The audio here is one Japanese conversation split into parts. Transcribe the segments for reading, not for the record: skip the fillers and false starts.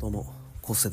どうも、昴生です。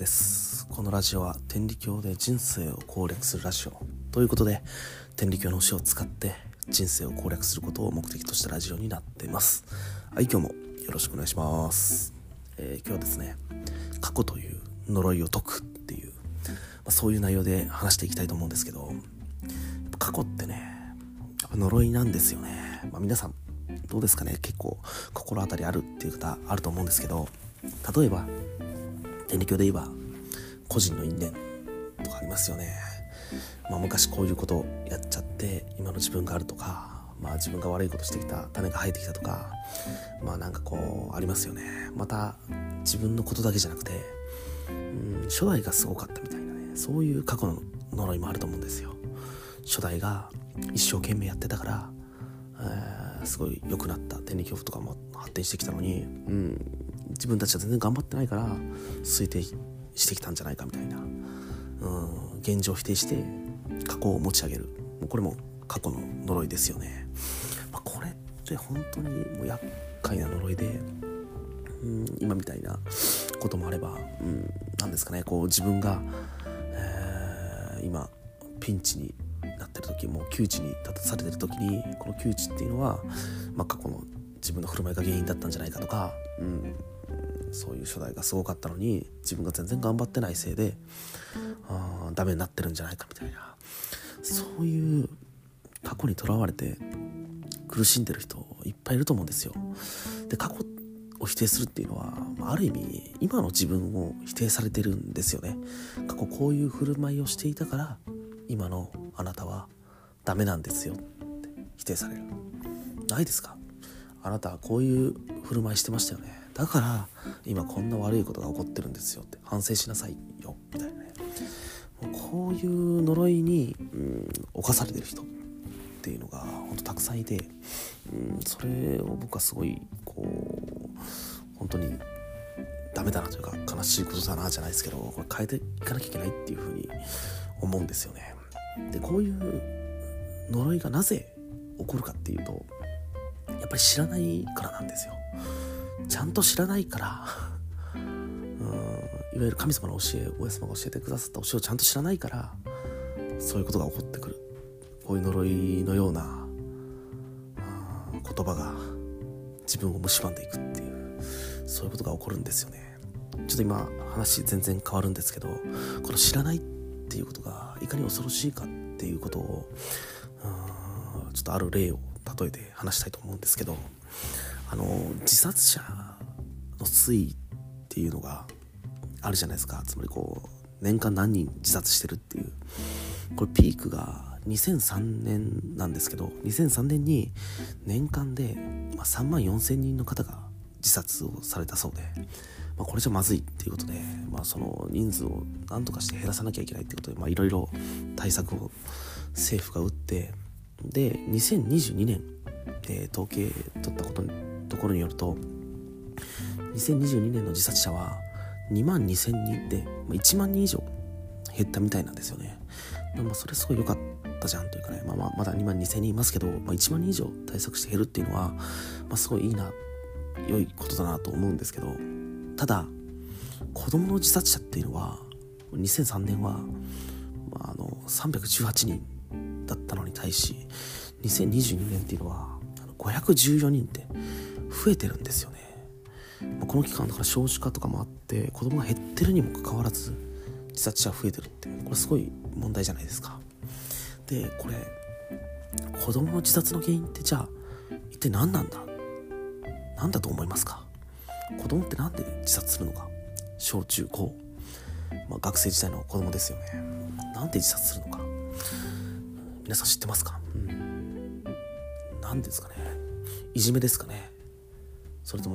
このラジオは天理教で人生を攻略するラジオということで、天理教の教えを使って人生を攻略することを目的としたラジオになっています。はい、今日もよろしくお願いします。今日はですね、過去という呪いを解くっていう、そういう内容で話していきたいと思うんですけど、過去ってね、やっぱ呪いなんですよね。皆さんどうですかね。結構心当たりあるっていう方あると思うんですけど、例えば天理教で言えば個人の因縁とかありますよね。昔こういうことをやっちゃって今の自分があるとか、自分が悪いことしてきた種が生えてきたとか、なんかこうありますよね。また自分のことだけじゃなくて、初代がすごかったみたいなね、そういう過去の呪いもあると思うんですよ。初代が一生懸命やってたから、すごい良くなった天理教とかも発展してきたのに、自分たちは全然頑張ってないから推定してきたんじゃないかみたいな、現状を否定して過去を持ち上げる、これも過去の呪いですよね。これって本当にもう厄介な呪いで、今みたいなこともあれば、なんですかね、こう自分が、今ピンチになってる時、もう窮地に立たされてる時に、この窮地っていうのは、過去の自分の振る舞いが原因だったんじゃないかとか、そういう初代がすごかったのに自分が全然頑張ってないせいでダメになってるんじゃないかみたいな、そういう過去にとらわれて苦しんでる人いっぱいいると思うんですよ。で、過去を否定するっていうのは、ある意味今の自分を否定されてるんですよね。過去こういう振る舞いをしていたから今のあなたはダメなんですよって否定される。ないですか？あなたはこういう振る舞いしてましたよね。だから今こんな悪いことが起こってるんですよって反省しなさいよみたいなね。こういう呪いに、侵されてる人っていうのが本当たくさんいて、それを僕はすごいこう本当にダメだなというか、悲しいことだなじゃないですけど、これ変えていかなきゃいけないっていうふうに思うんですよね。で、こういう呪いがなぜ起こるかっていうと、やっぱり知らないからなんですよ。ちゃんと知らないからいわゆる神様の教え、親様が教えてくださった教えをちゃんと知らないから、そういうことが起こってくる。こういう呪いのような言葉が自分を蝕んでいくっていう、そういうことが起こるんですよね。ちょっと今話全然変わるんですけど、この知らないっていうことがいかに恐ろしいかっていうことをちょっとある例を例えて話したいと思うんですけど、自殺者の推移っていうのがあるじゃないですか。つまりこう年間何人自殺してるっていう、これピークが2003年なんですけど、2003年に年間で3万4千人の方が自殺をされたそうで、これじゃまずいっていうことで、その人数を何とかして減らさなきゃいけないっていうことで、いろいろ対策を政府が打って、で2022年、統計取ったところによると、2022年の自殺者は2万2千人で、1万人以上減ったみたいなんですよね。それすごい良かったじゃんというかね、まだ2万2千人いますけど、1万人以上対策して減るっていうのは、すごいいいな、良いことだなと思うんですけど、ただ子供の自殺者っていうのは2003年は、318人だったのに対し、2022年っていうのは514人って増えてるんですよね。この期間だから少子化とかもあって子供が減ってるにもかかわらず自殺者が増えてるって、これすごい問題じゃないですか。で、これ子供の自殺の原因ってじゃあ一体何なんだと思いますか？子供ってなんで自殺するのか。小中高、学生時代の子供ですよね。なんで自殺するのか、皆さん知ってますか？なんですかね。いじめですかね。それとも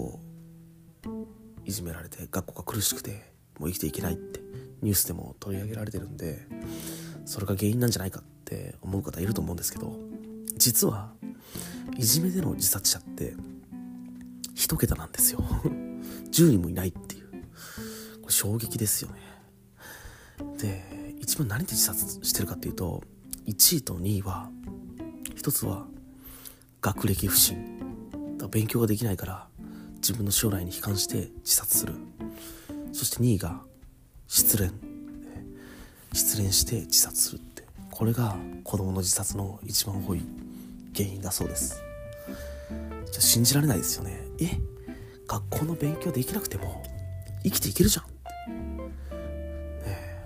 いじめられて学校が苦しくてもう生きていけないってニュースでも取り上げられてるんで、それが原因なんじゃないかって思う方いると思うんですけど、実はいじめでの自殺者って1桁なんですよ10人もいないっていう、これ衝撃ですよね。で、一番何で自殺してるかっていうと、1位と2位は、1つは学歴不振、勉強ができないから自分の将来に悲観して自殺する。 そして2位が失恋して自殺するって、これが子供の自殺の一番多い原因だそうです。じゃ信じられないですよね。学校の勉強できなくても生きていけるじゃんって、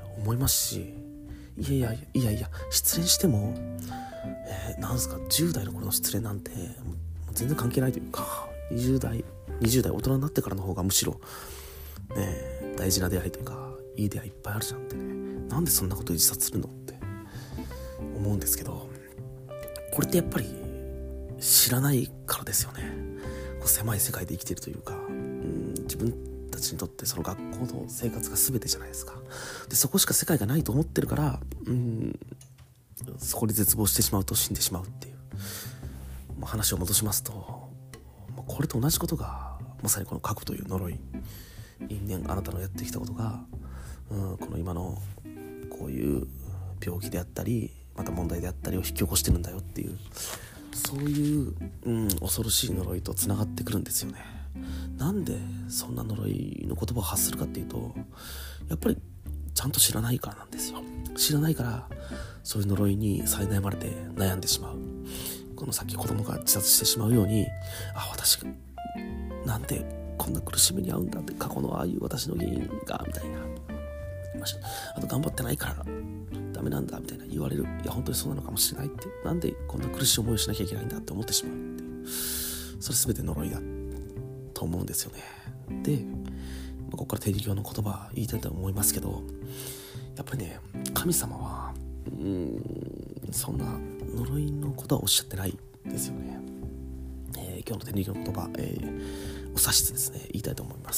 思いますし、いや失恋しても、なんすか10代の頃の失恋なんてもう全然関係ないというか、20代大人になってからの方がむしろ大事な出会いというかいい出会いいっぱいあるじゃんってね、なんでそんなことで自殺するのって思うんですけど、これってやっぱり知らないからですよね。こう狭い世界で生きているというか、自分たちにとってその学校の生活が全てじゃないですか。でそこしか世界がないと思ってるから、そこで絶望してしまうと死んでしまうっていう、話を戻しますと、これと同じことがまさにこの過去という呪い、因縁、あなたのやってきたことが、この今のこういう病気であったりまた問題であったりを引き起こしてるんだよっていう、そういう、恐ろしい呪いとつながってくるんですよね。なんでそんな呪いの言葉を発するかっていうと、やっぱりちゃんと知らないからなんですよ。知らないからそういう呪いに苛まれて悩んでしまう。このさっき子供が自殺してしまうように、私がなんでこんな苦しみに遭うんだって、過去のああいう私の原因がみたいな、あと頑張ってないからダメなんだみたいな言われる。いや本当にそうなのかもしれないって、なんでこんな苦しい思いをしなきゃいけないんだって思ってしまうっていう、それ全て呪いだと思うんですよね。で、ここから天理教の言葉言いたいと思いますけど、やっぱりね、神様はそんな呪いのことはおっしゃってないですよね。今日の天理教の言葉、お指図ですね、言いたいと思います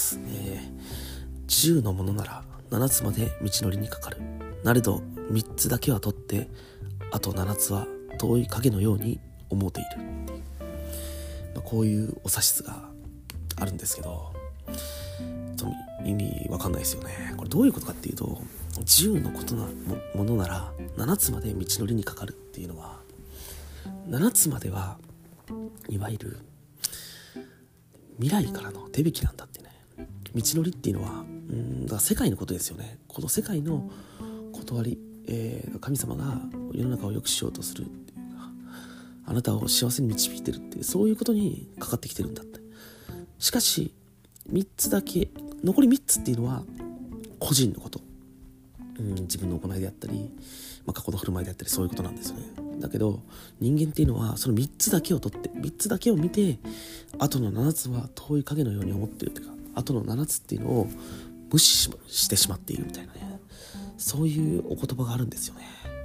。10のものなら7つまで道のりにかかる。なれど3つだけは取ってあと7つは遠い影のように思うているっていう、こういうお指図があるんですけど、意味わかんないですよね。これどういうことかっていうと、10のことなものなら7つまで道のりにかかるっていうのは、7つまではいわゆる未来からの手引きなんだってね。道のりっていうのはだから世界のことですよね。この世界の断り、神様が世の中を良くしようとするっていうか、あなたを幸せに導いてるっていう、そういうことにかかってきてるんだって。しかし3つだけ、残り3つっていうのは個人のこと、自分の行いであったり、過去の振る舞いであったり、そういうことなんですよね。だけど人間っていうのはその3つだけを取って、3つだけを見て、あとの7つは遠い影のように思っているというか、あとの7つっていうのを無視してしまっているみたいなね、そういうお言葉があるんですよね。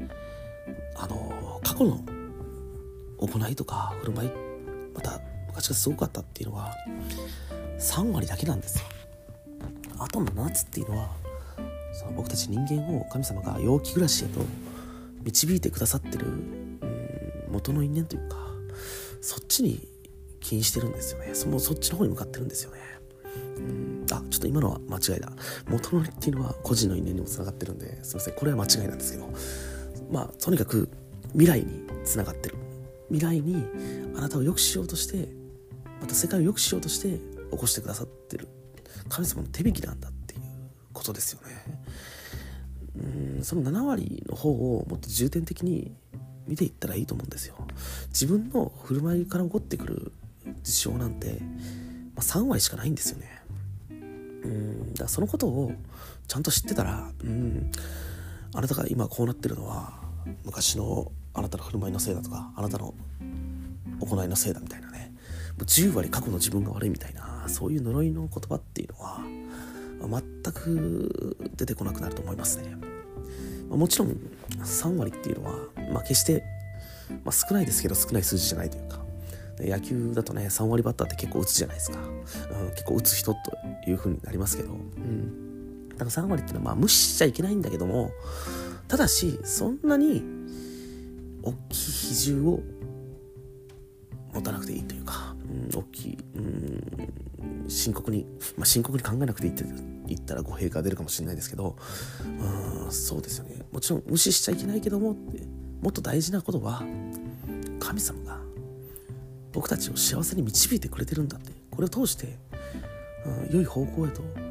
過去の行いとか振る舞い、また昔がすごかったっていうのは3割だけなんですよ。あとの7つっていうのは、その僕たち人間を神様が陽気暮らしへと導いてくださってる元の因縁というか、そっちに起因してるんですよね。そっちの方に向かってるんですよね。ちょっと今のは間違いだ。元のっていうのは個人の因縁にもつながってるんで、すいません、これは間違いなんですけど、とにかく未来につながってる。未来にあなたを良くしようとして、また世界を良くしようとして起こしてくださってる神様の手引きなんだっていうことですよね。その7割の方をもっと重点的に見ていったらいいと思うんですよ。自分の振る舞いから起こってくる事象なんて、3割しかないんですよね。だからそのことをちゃんと知ってたら、あなたが今こうなってるのは昔のあなたの振る舞いのせいだとか、あなたの行いのせいだみたいなね、もう10割過去の自分が悪いみたいな、そういう呪いの言葉っていうのは全く出てこなくなると思いますね。もちろん3割っていうのは、決して、少ないですけど少ない数字じゃないというか、野球だとね3割バッターって結構打つじゃないですか、結構打つ人という風になりますけど、だから3割っていうのは無視しちゃいけないんだけども、ただしそんなに大きい比重を持たなくていいというか、大きい、深刻に考えなくていいって言ったら語弊が出るかもしれないですけど、そうですよね。もちろん無視しちゃいけないけどもって、もっと大事なことは神様が僕たちを幸せに導いてくれてるんだって、これを通して、良い方向へと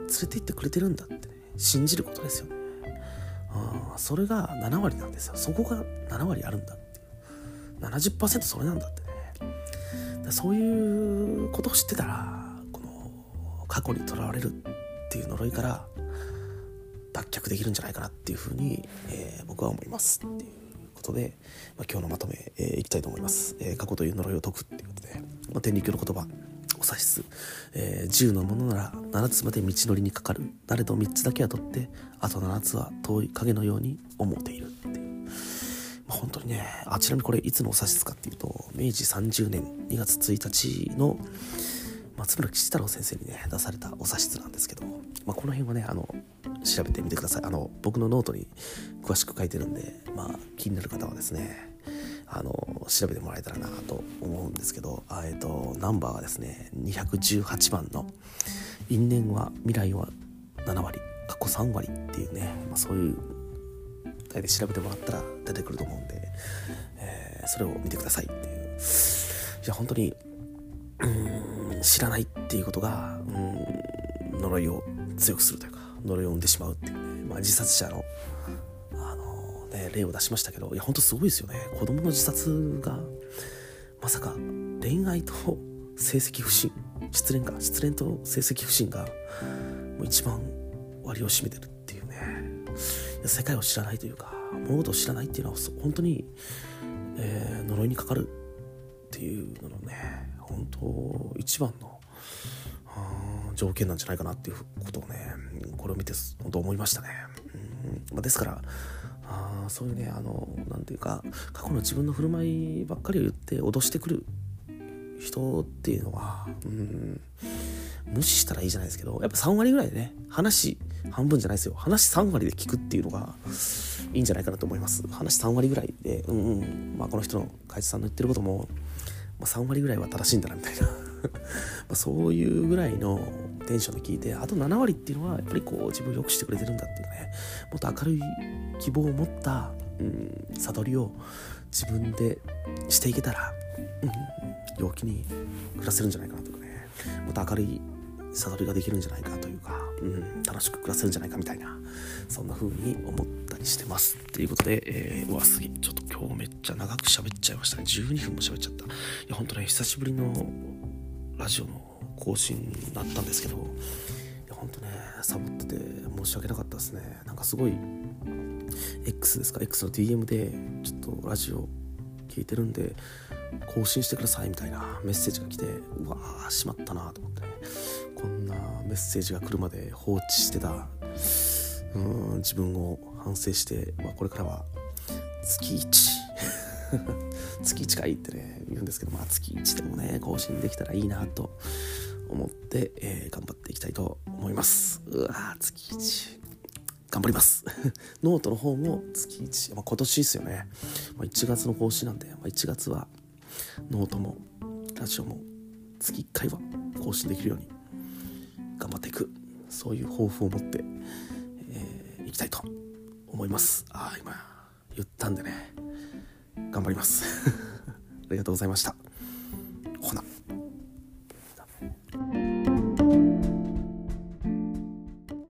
れて行ってくれてるんだってね、信じることですよね。それが7割なんですよ。そこが7割あるんだっていう、70% それなんだってね。そういうことを知ってたら、この過去にとらわれるっていう呪いから脱却できるんじゃないかなっていうふうに、僕は思いますっていうことで、今日のまとめ、いきたいと思います。過去という呪いを解くっていうことで、天理教の言葉、お指図、10のものなら7つまで道のりにかかる、なれど3つだけは取ってあと7つは遠い影のように思っているっていう、本当にね、ちなみにこれいつのお指図かっていうと、明治30年2月1日の松村吉太郎先生にね出されたお指図なんですけど、この辺はね調べてみてください。僕のノートに詳しく書いてるんで、気になる方はですね調べてもらえたらなと思うんですけど、ナンバーはですね218番の因縁は未来は7割過去3割っていうね、そういう題で調べてもらったら出てくると思うんで、それを見てくださいっていう。いや本当に知らないっていうことが呪いを強くするというか、呪いを生んでしまうっていうね、自殺者の例を出しましたけど、いや本当すごいですよね。子供の自殺がまさか恋愛と成績不振、失恋と成績不振がもう一番割を占めてるっていうね。世界を知らないというか、物事を知らないっていうのは本当に、呪いにかかるっていうののね、本当一番の条件なんじゃないかなっていうことをね、これを見て本当思いましたね。ですからそういうねなんていうか、過去の自分の振る舞いばっかりを言って脅してくる人っていうのは無視したらいいじゃないですけど、やっぱ3割ぐらいでね、話半分じゃないですよ、話3割で聞くっていうのがいいんじゃないかなと思います。話3割ぐらいでこの人の海津さんの言ってることも、3割ぐらいは正しいんだなみたいなそういうぐらいのテンションで聞いて、あと7割っていうのはやっぱり自分を良くしてくれてるんだっていうね、もっと明るい希望を持った悟りを自分でしていけたら、陽気に暮らせるんじゃないかなとかね、もっと明るい悟りができるんじゃないかというか、楽しく暮らせるんじゃないかみたいな、そんな風に思ったりしてますということで、すげえ、ちょっと今日めっちゃ長く喋っちゃいましたね。12分も喋っちゃった。いや本当ね、久しぶりのラジオの更新だったんですけど、本当ねサボってて申し訳なかったですね。なんかすごい X の DM でちょっとラジオ聞いてるんで更新してくださいみたいなメッセージが来て、うわーしまったなと思ってね、こんなメッセージが来るまで放置してた自分を反省して、これからは月1月1回ってね言うんですけど、月1でもね更新できたらいいなと思って、頑張っていきたいと思います。月1頑張りますノートの方も月1、今年ですよね、1月の更新なんで、1月はノートもラジオも月1回は更新できるように頑張っていく、そういう抱負を持っていきたいと思います。今言ったんでね頑張りますありがとうございました。